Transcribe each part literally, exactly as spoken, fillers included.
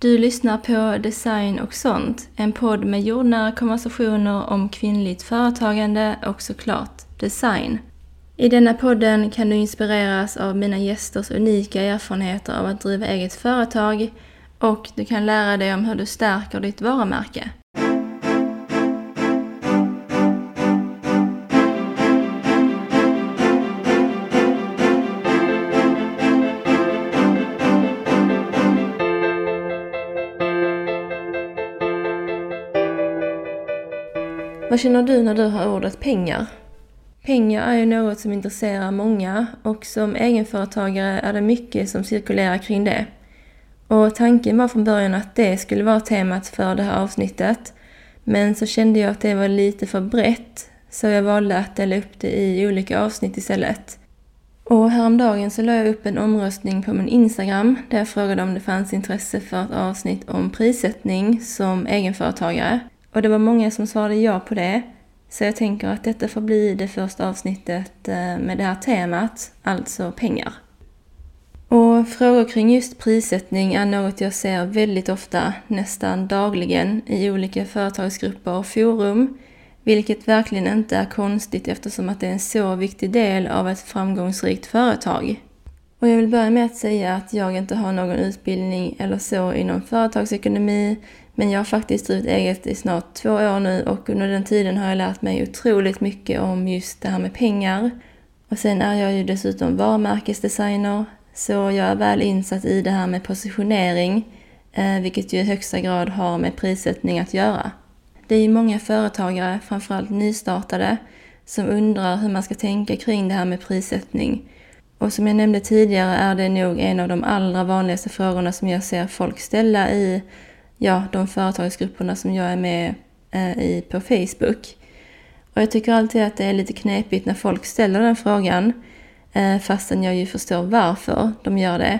Du lyssnar på Design och sånt, en podd med jordnära konversationer om kvinnligt företagande och såklart design. I denna podden kan du inspireras av mina gästers unika erfarenheter av att driva eget företag och du kan lära dig om hur du stärker ditt varumärke. Vad känner du när du hör ordet pengar? Pengar är ju något som intresserar många och som egenföretagare är det mycket som cirkulerar kring det. Och tanken var från början att det skulle vara temat för det här avsnittet. Men så kände jag att det var lite för brett så jag valde att dela upp det i olika avsnitt istället. Och häromdagen så la jag upp en omröstning på min Instagram där jag frågade om det fanns intresse för ett avsnitt om prissättning som egenföretagare. Och det var många som svarade ja på det. Så jag tänker att detta får bli det första avsnittet med det här temat, alltså pengar. Och frågor kring just prissättning är något jag ser väldigt ofta, nästan dagligen, i olika företagsgrupper och forum. Vilket verkligen inte är konstigt eftersom att det är en så viktig del av ett framgångsrikt företag. Och jag vill börja med att säga att jag inte har någon utbildning eller så inom företagsekonomi. Men jag har faktiskt drivit eget i snart två år nu och under den tiden har jag lärt mig otroligt mycket om just det här med pengar. Och sen är jag ju dessutom varumärkesdesigner så jag är väl insatt i det här med positionering, eh, vilket ju i högsta grad har med prissättning att göra. Det är ju många företagare, framförallt nystartade, som undrar hur man ska tänka kring det här med prissättning. Och som jag nämnde tidigare är det nog en av de allra vanligaste frågorna som jag ser folk ställa i ja, de företagsgrupperna som jag är med eh, i på Facebook. Och jag tycker alltid att det är lite knepigt när folk ställer den frågan. Eh, fastän jag ju förstår varför de gör det.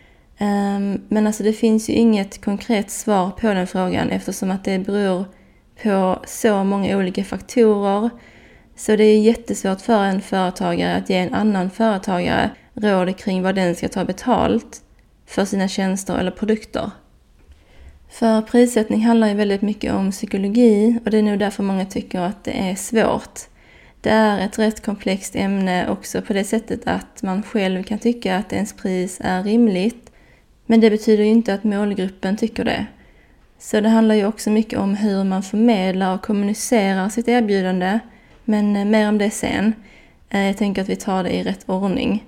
Eh, men alltså det finns ju inget konkret svar på den frågan eftersom att det beror på så många olika faktorer. Så det är jättesvårt för en företagare att ge en annan företagare råd kring vad den ska ta betalt för sina tjänster eller produkter. För prissättning handlar ju väldigt mycket om psykologi och det är nog därför många tycker att det är svårt. Det är ett rätt komplext ämne också på det sättet att man själv kan tycka att ens pris är rimligt. Men det betyder ju inte att målgruppen tycker det. Så det handlar ju också mycket om hur man förmedlar och kommunicerar sitt erbjudande. Men mer om det sen. Jag tänker att vi tar det i rätt ordning.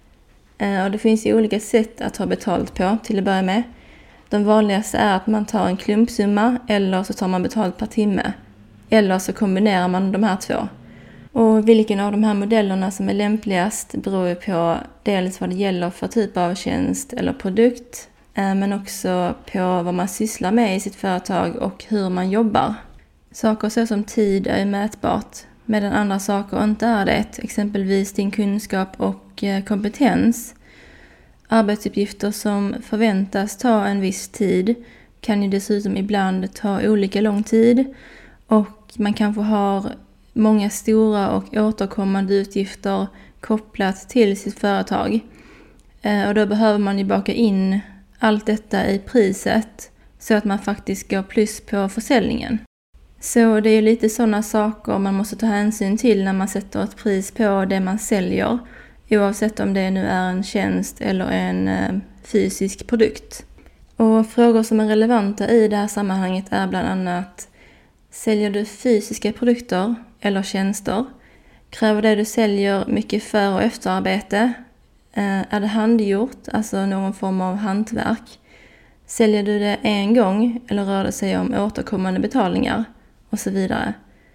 Och det finns ju olika sätt att ta betalt på till att börja med. De vanligaste är att man tar en klumpsumma eller så tar man betalt per timme. Eller så kombinerar man de här två. Och vilken av de här modellerna som är lämpligast beror ju på dels vad det gäller för typ av tjänst eller produkt. Men också på vad man sysslar med i sitt företag och hur man jobbar. Saker så som tid är mätbart medan andra saker inte är det. Exempelvis din kunskap och kompetens. Arbetsuppgifter som förväntas ta en viss tid kan ju dessutom ibland ta olika lång tid och man kanske har många stora och återkommande utgifter kopplat till sitt företag. Och då behöver man ju baka in allt detta i priset så att man faktiskt går plus på försäljningen. Så det är lite sådana saker man måste ta hänsyn till när man sätter ett pris på det man säljer. Oavsett om det nu är en tjänst eller en eh, fysisk produkt. Och frågor som är relevanta i det här sammanhanget är bland annat: säljer du fysiska produkter eller tjänster? Kräver det du säljer mycket för- och efterarbete? Eh, är det handgjort, alltså någon form av hantverk? Säljer du det en gång eller rör det sig om återkommande betalningar? Och så vidare.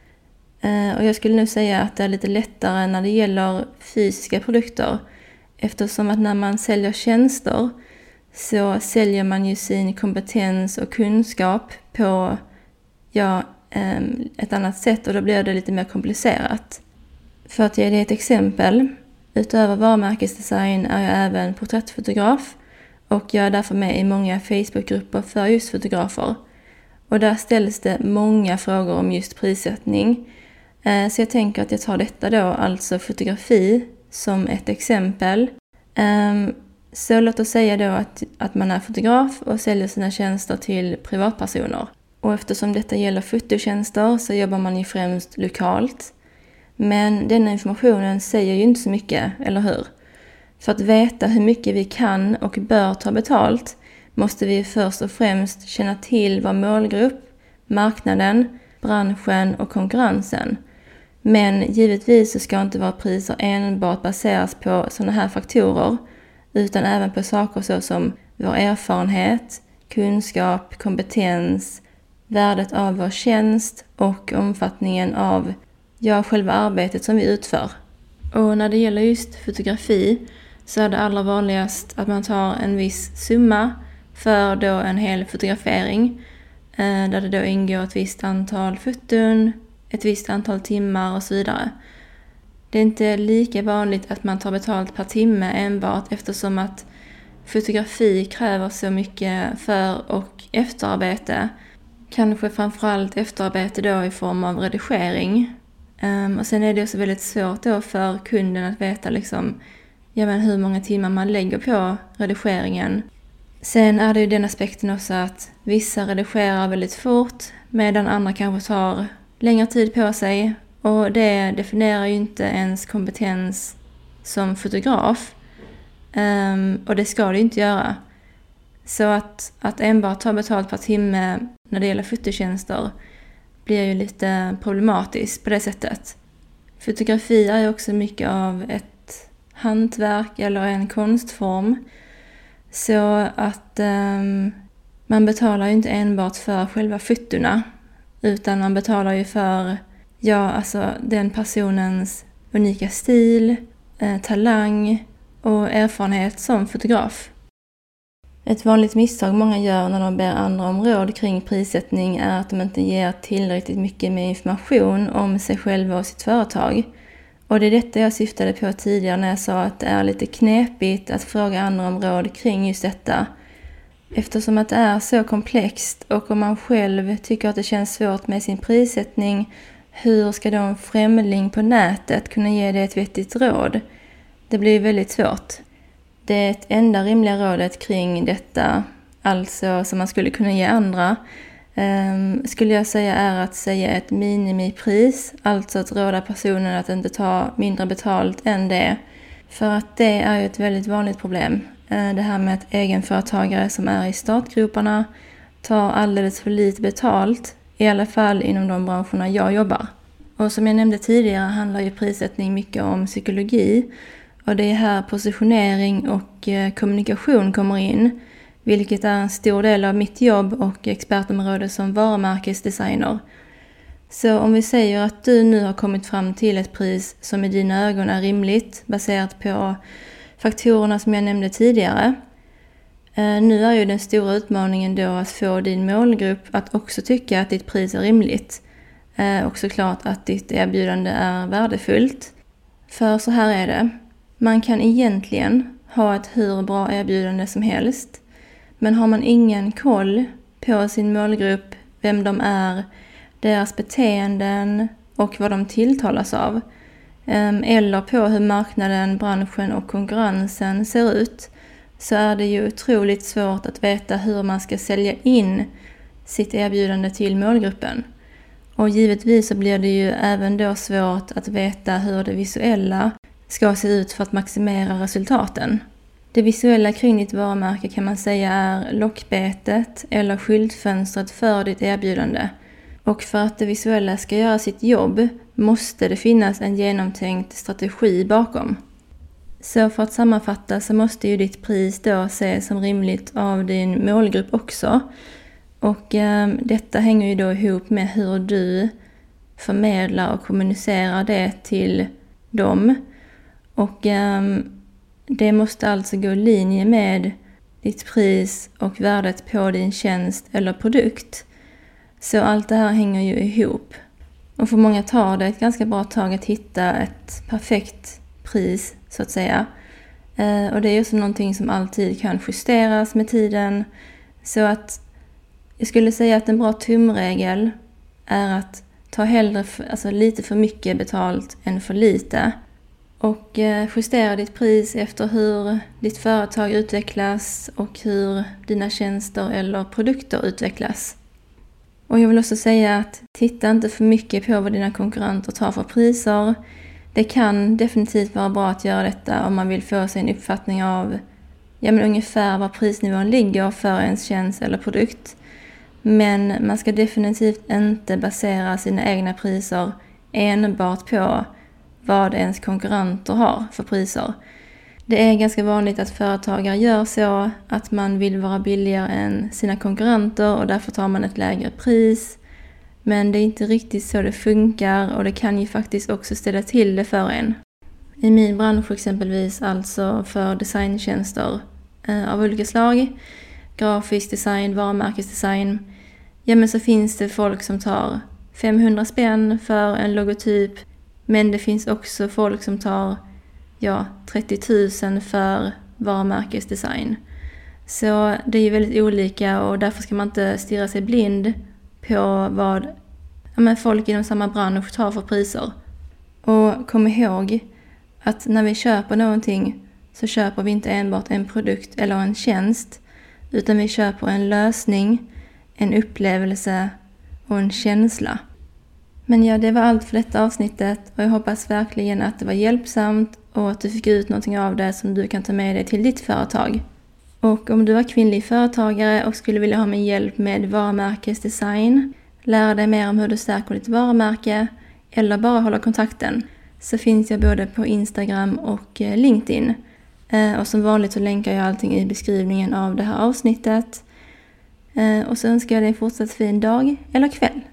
Och jag skulle nu säga att det är lite lättare när det gäller fysiska produkter. Eftersom att när man säljer tjänster så säljer man ju sin kompetens och kunskap på ja, ett annat sätt och då blir det lite mer komplicerat. För att ge dig ett exempel, utöver varumärkesdesign är jag även porträttfotograf och jag är därför med i många Facebookgrupper för just fotografer. Och där ställs det många frågor om just prissättning. Så jag tänker att jag tar detta då, alltså fotografi, som ett exempel. Så låt oss säga då att, att man är fotograf och säljer sina tjänster till privatpersoner. Och eftersom detta gäller fototjänster så jobbar man ju främst lokalt. Men denna informationen säger ju inte så mycket, eller hur? För att veta hur mycket vi kan och bör ta betalt måste vi först och främst känna till vår målgrupp, marknaden, branschen och konkurrensen. Men givetvis så ska inte våra priser enbart baseras på sådana här faktorer, utan även på saker såsom vår erfarenhet, kunskap, kompetens, värdet av vår tjänst och omfattningen av ja, själva arbetet som vi utför. Och när det gäller just fotografi så är det allra vanligast att man tar en viss summa för då en hel fotografering där det då ingår ett visst antal foton, ett visst antal timmar och så vidare. Det är inte lika vanligt att man tar betalt per timme enbart eftersom att fotografi kräver så mycket för- och efterarbete. Kanske framförallt efterarbete då i form av redigering. Um, och sen är det också väldigt svårt då för kunden att veta liksom, ja, men hur många timmar man lägger på redigeringen. Sen är det ju den aspekten också att vissa redigerar väldigt fort medan andra kanske tar längre tid på sig. Och det definierar ju inte ens kompetens som fotograf. Um, och det ska det inte göra. Så att, att enbart ta betalt per timme när det gäller fototjänster blir ju lite problematiskt på det sättet. Fotografi är ju också mycket av ett hantverk eller en konstform. Så att um, man betalar ju inte enbart för själva fotona, utan man betalar ju för ja, alltså den personens unika stil, eh, talang och erfarenhet som fotograf. Ett vanligt misstag många gör när de ber andra om råd kring prissättning är att de inte ger tillräckligt mycket med information om sig själva och sitt företag. Och det är detta jag syftade på tidigare när jag sa att det är lite knepigt att fråga andra om råd kring just detta. Eftersom att det är så komplext och om man själv tycker att det känns svårt med sin prissättning, hur ska då en främling på nätet kunna ge det ett vettigt råd? Det blir väldigt svårt. Det ett enda rimliga rådet kring detta, alltså som man skulle kunna ge andra, um, skulle jag säga är att säga ett minimipris, alltså att råda personen att inte ta mindre betalt än det. För att det är ju ett väldigt vanligt problem. Uh, det här med att egenföretagare som är i startgroparna tar alldeles för lite betalt, i alla fall inom de branscherna jag jobbar. Och som jag nämnde tidigare handlar ju prissättning mycket om psykologi. Och det är här positionering och kommunikation kommer in, vilket är en stor del av mitt jobb och expertområde som varumärkesdesigner. Så om vi säger att du nu har kommit fram till ett pris som i dina ögon är rimligt baserat på faktorerna som jag nämnde tidigare. Nu är ju den stora utmaningen då att få din målgrupp att också tycka att ditt pris är rimligt. Och såklart att ditt erbjudande är värdefullt. För så här är det. Man kan egentligen ha ett hur bra erbjudande som helst. Men har man ingen koll på sin målgrupp, vem de är, deras beteenden och vad de tilltalas av, eller på hur marknaden, branschen och konkurrensen ser ut, så är det ju otroligt svårt att veta hur man ska sälja in sitt erbjudande till målgruppen. Och givetvis så blir det ju även då svårt att veta hur det visuella ska se ut för att maximera resultaten. Det visuella kring ditt varumärke kan man säga är lockbetet eller skyltfönstret för ditt erbjudande. Och för att det visuella ska göra sitt jobb måste det finnas en genomtänkt strategi bakom. Så för att sammanfatta så måste ju ditt pris då ses som rimligt av din målgrupp också. Och eh, detta hänger ju då ihop med hur du förmedlar och kommunicerar det till dem. Och eh, det måste alltså gå i linje med ditt pris och värdet på din tjänst eller produkt. Så allt det här hänger ju ihop. Och för många tar det ett ganska bra tag att hitta ett perfekt pris så att säga. Eh, och det är ju också någonting som alltid kan justeras med tiden. Så att jag skulle säga att en bra tumregel är att ta hellre för, alltså lite för mycket betalt än för lite. och justera ditt pris efter hur ditt företag utvecklas och hur dina tjänster eller produkter utvecklas. Och jag vill också säga att titta inte för mycket på vad dina konkurrenter tar för priser. Det kan definitivt vara bra att göra detta om man vill få sig en uppfattning av ja, men ungefär var prisnivån ligger för ens tjänst eller produkt. Men man ska definitivt inte basera sina egna priser enbart på vad ens konkurrenter har för priser. Det är ganska vanligt att företagare gör så att man vill vara billigare än sina konkurrenter och därför tar man ett lägre pris. Men det är inte riktigt så det funkar och det kan ju faktiskt också ställa till det för en. I min bransch exempelvis, alltså för designtjänster eh, av olika slag, grafisk design, varumärkesdesign, ja men så finns det folk som tar femhundra spänn för en logotyp, men det finns också folk som tar ja, trettio tusen för varumärkesdesign. Så det är ju väldigt olika och därför ska man inte stirra sig blind på vad ja, men folk inom samma bransch tar för priser. Och kom ihåg att när vi köper någonting så köper vi inte enbart en produkt eller en tjänst, utan vi köper en lösning, en upplevelse och en känsla. Men ja, det var allt för detta avsnittet och jag hoppas verkligen att det var hjälpsamt och att du fick ut någonting av det som du kan ta med dig till ditt företag. Och om du är kvinnlig företagare och skulle vilja ha min hjälp med varumärkesdesign, lära dig mer om hur du stärker ditt varumärke eller bara hålla kontakten, så finns jag både på Instagram och LinkedIn. Och som vanligt så länkar jag allting i beskrivningen av det här avsnittet. Och så önskar jag dig en fortsatt fin dag eller kväll.